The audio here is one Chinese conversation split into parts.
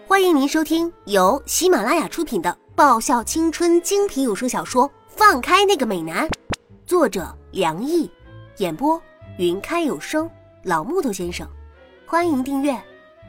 欢迎您收听由喜马拉雅出品的爆笑青春精品有声小说《放开那个美男》，作者梁毅，演播云开有声，老木头先生。欢迎订阅。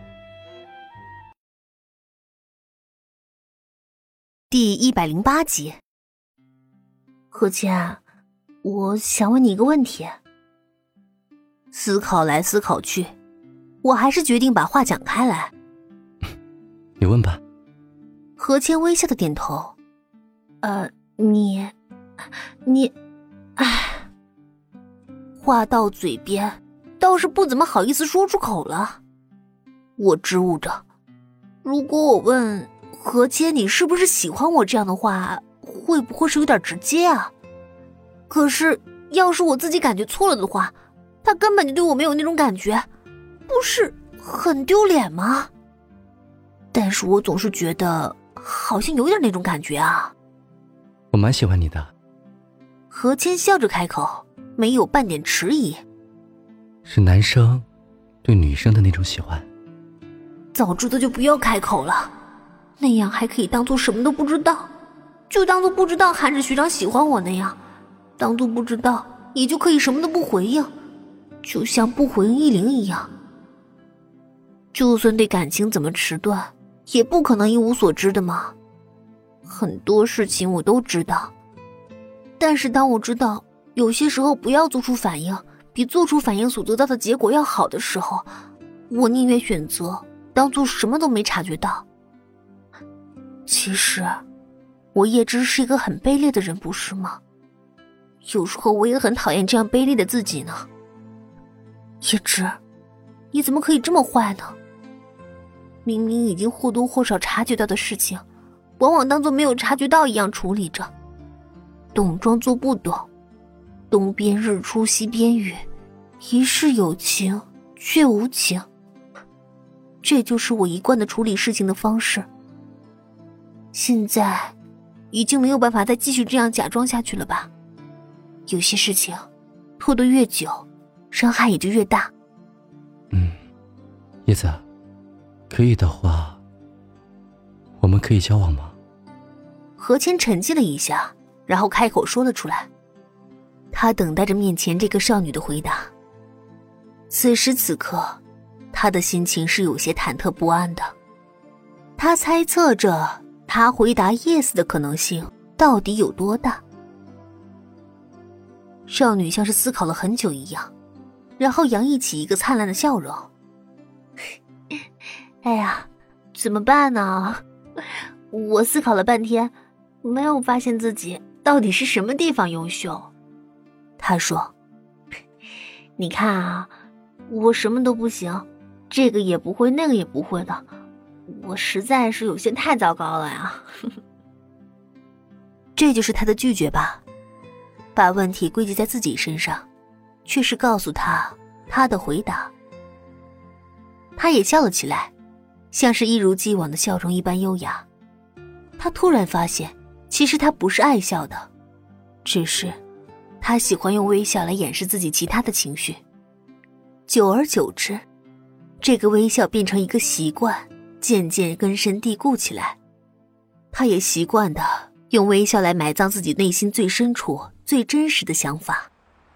第108集。 何谦，我想问你一个问题。 思考来思考去，我还是决定把话讲开来。 你问吧。 何谦微笑的点头。话到嘴边，倒是不怎么好意思说出口了。我支吾着，如果我问何谦你是不是喜欢我这样的话，会不会是有点直接啊？可是要是我自己感觉错了的话，他根本就对我没有那种感觉，不是很丢脸吗？但是我总是觉得好像有点那种感觉啊。 我蛮喜欢你的。 何谦笑着开口，没有半点迟疑。 是男生对女生的那种喜欢。 早知道就不要开口了，那样还可以当做什么都不知道，就当做不知道韩芷学长喜欢我那样，当做不知道也就可以什么都不回应，就像不回应依琳一样。就算对感情怎么迟钝，也不可能一无所知的嘛。很多事情我都知道，但是当我知道有些时候不要做出反应，比做出反应所得到的结果要好的时候，我宁愿选择当做什么都没察觉到。其实我叶芝是一个很卑劣的人，不是吗？有时候我也很讨厌这样卑劣的自己呢。叶芝，你怎么可以这么坏呢？明明已经或多或少察觉到的事情，往往当作没有察觉到一样处理着，懂装作不懂，东边日出西边雨，一世有情却无情。这就是我一贯的处理事情的方式。现在已经没有办法再继续这样假装下去了吧？有些事情拖得越久，伤害也就越大。 叶子，可以的话，我们可以交往吗？ 何谦沉寂了一下，然后开口说了出来。他等待着面前这个少女的回答。此时此刻，他的心情是有些忐忑不安的。他猜测着他回答 yes 的可能性到底有多大。少女像是思考了很久一样，然后洋溢起一个灿烂的笑容。哎呀，怎么办呢？我思考了半天，没有发现自己到底是什么地方优秀。他说，你看啊，我什么都不行，这个也不会，那个也不会的，我实在是有些太糟糕了呀。这就是他的拒绝吧，把问题归结在自己身上，却是告诉他的回答。他也笑了起来，像是一如既往的笑容一般优雅。他突然发现，其实他不是爱笑的，只是他喜欢用微笑来掩饰自己其他的情绪。久而久之，这个微笑变成一个习惯，渐渐根深蒂固起来。他也习惯的用微笑来埋葬自己内心最深处最真实的想法。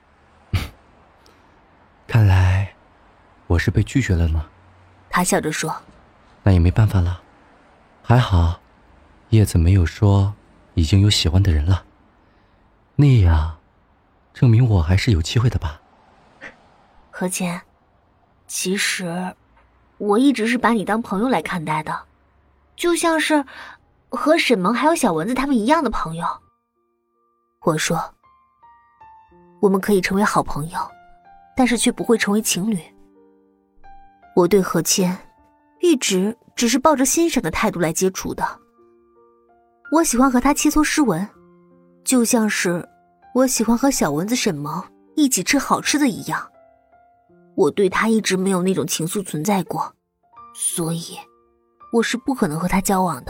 看来我是被拒绝了吗？ 他笑着说， 那也没办法了，还好叶子没有说已经有喜欢的人了，那样证明我还是有机会的吧。 何谦，其实我一直是把你当朋友来看待的，就像是和沈萌还有小蚊子他们一样的朋友。我说，我们可以成为好朋友，但是却不会成为情侣。我对何谦一直只是抱着欣赏的态度来接触的。我喜欢和他切磋诗文，就像是我喜欢和小蚊子沈萌一起吃好吃的一样。我对他一直没有那种情愫存在过，所以我是不可能和他交往的。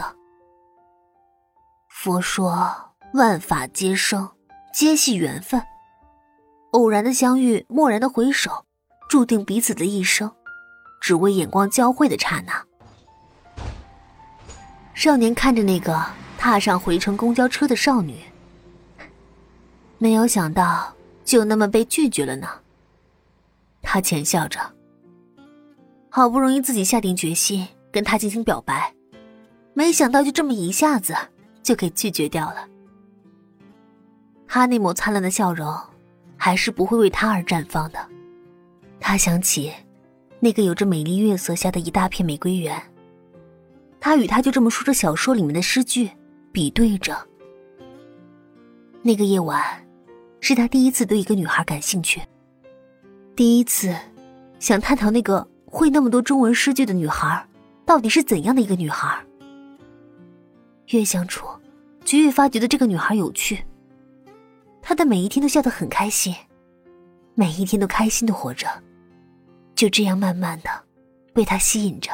佛说万法皆生，皆系缘分，偶然的相遇，蓦然的回首，注定彼此的一生，只为眼光交汇的刹那。 少年看着那个踏上回程公交车的少女，没有想到就那么被拒绝了呢。他浅笑着，好不容易自己下定决心跟他进行表白，没想到就这么一下子就给拒绝掉了。他那抹灿烂的笑容还是不会为他而绽放的。他想起那个有着美丽月色下的一大片玫瑰园，他与他就这么说着小说里面的诗句，比对着。那个夜晚是他第一次对一个女孩感兴趣，第一次想探讨那个会那么多中文诗句的女孩到底是怎样的一个女孩。越相处就越发觉得这个女孩有趣，她的每一天都笑得很开心，每一天都开心地活着，就这样慢慢的被她吸引着。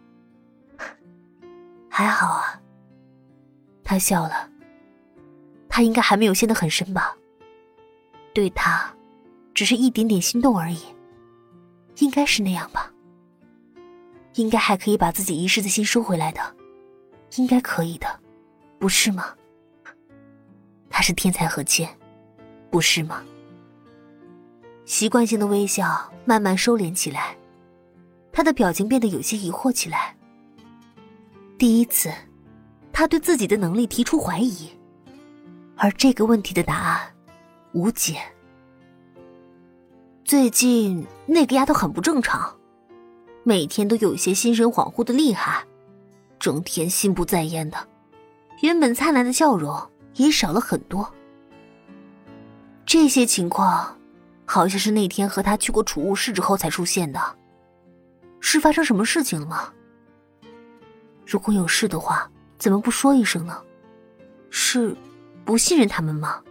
还好啊，他笑了，他应该还没有陷得很深吧，对他只是一点点心动而已，应该是那样吧，应该还可以把自己遗失的心收回来的，应该可以的，不是吗？他是天才何谦，不是吗？习惯性的微笑慢慢收敛起来，他的表情变得有些疑惑起来。第一次他对自己的能力提出怀疑，而这个问题的答案无解。最近那个丫头很不正常，每天都有些心神恍惚的厉害，整天心不在焉的，原本灿烂的笑容也少了很多。这些情况好像是那天和他去过储物室之后才出现的，是发生什么事情了吗？如果有事的话，怎么不说一声呢？是不信任他们吗？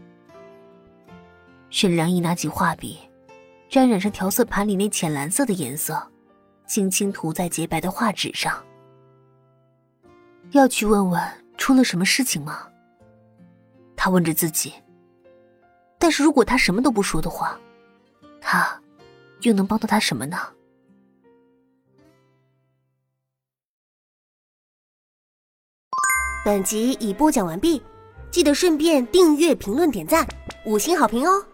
沈良一拿起画笔，沾染上调色盘里那浅蓝色的颜色，轻轻涂在洁白的画纸上。要去问问出了什么事情吗？他问着自己。但是如果他什么都不说的话，他又能帮到他什么呢？ 本集已播讲完毕，记得顺便订阅、评论、点赞，5星好评哦！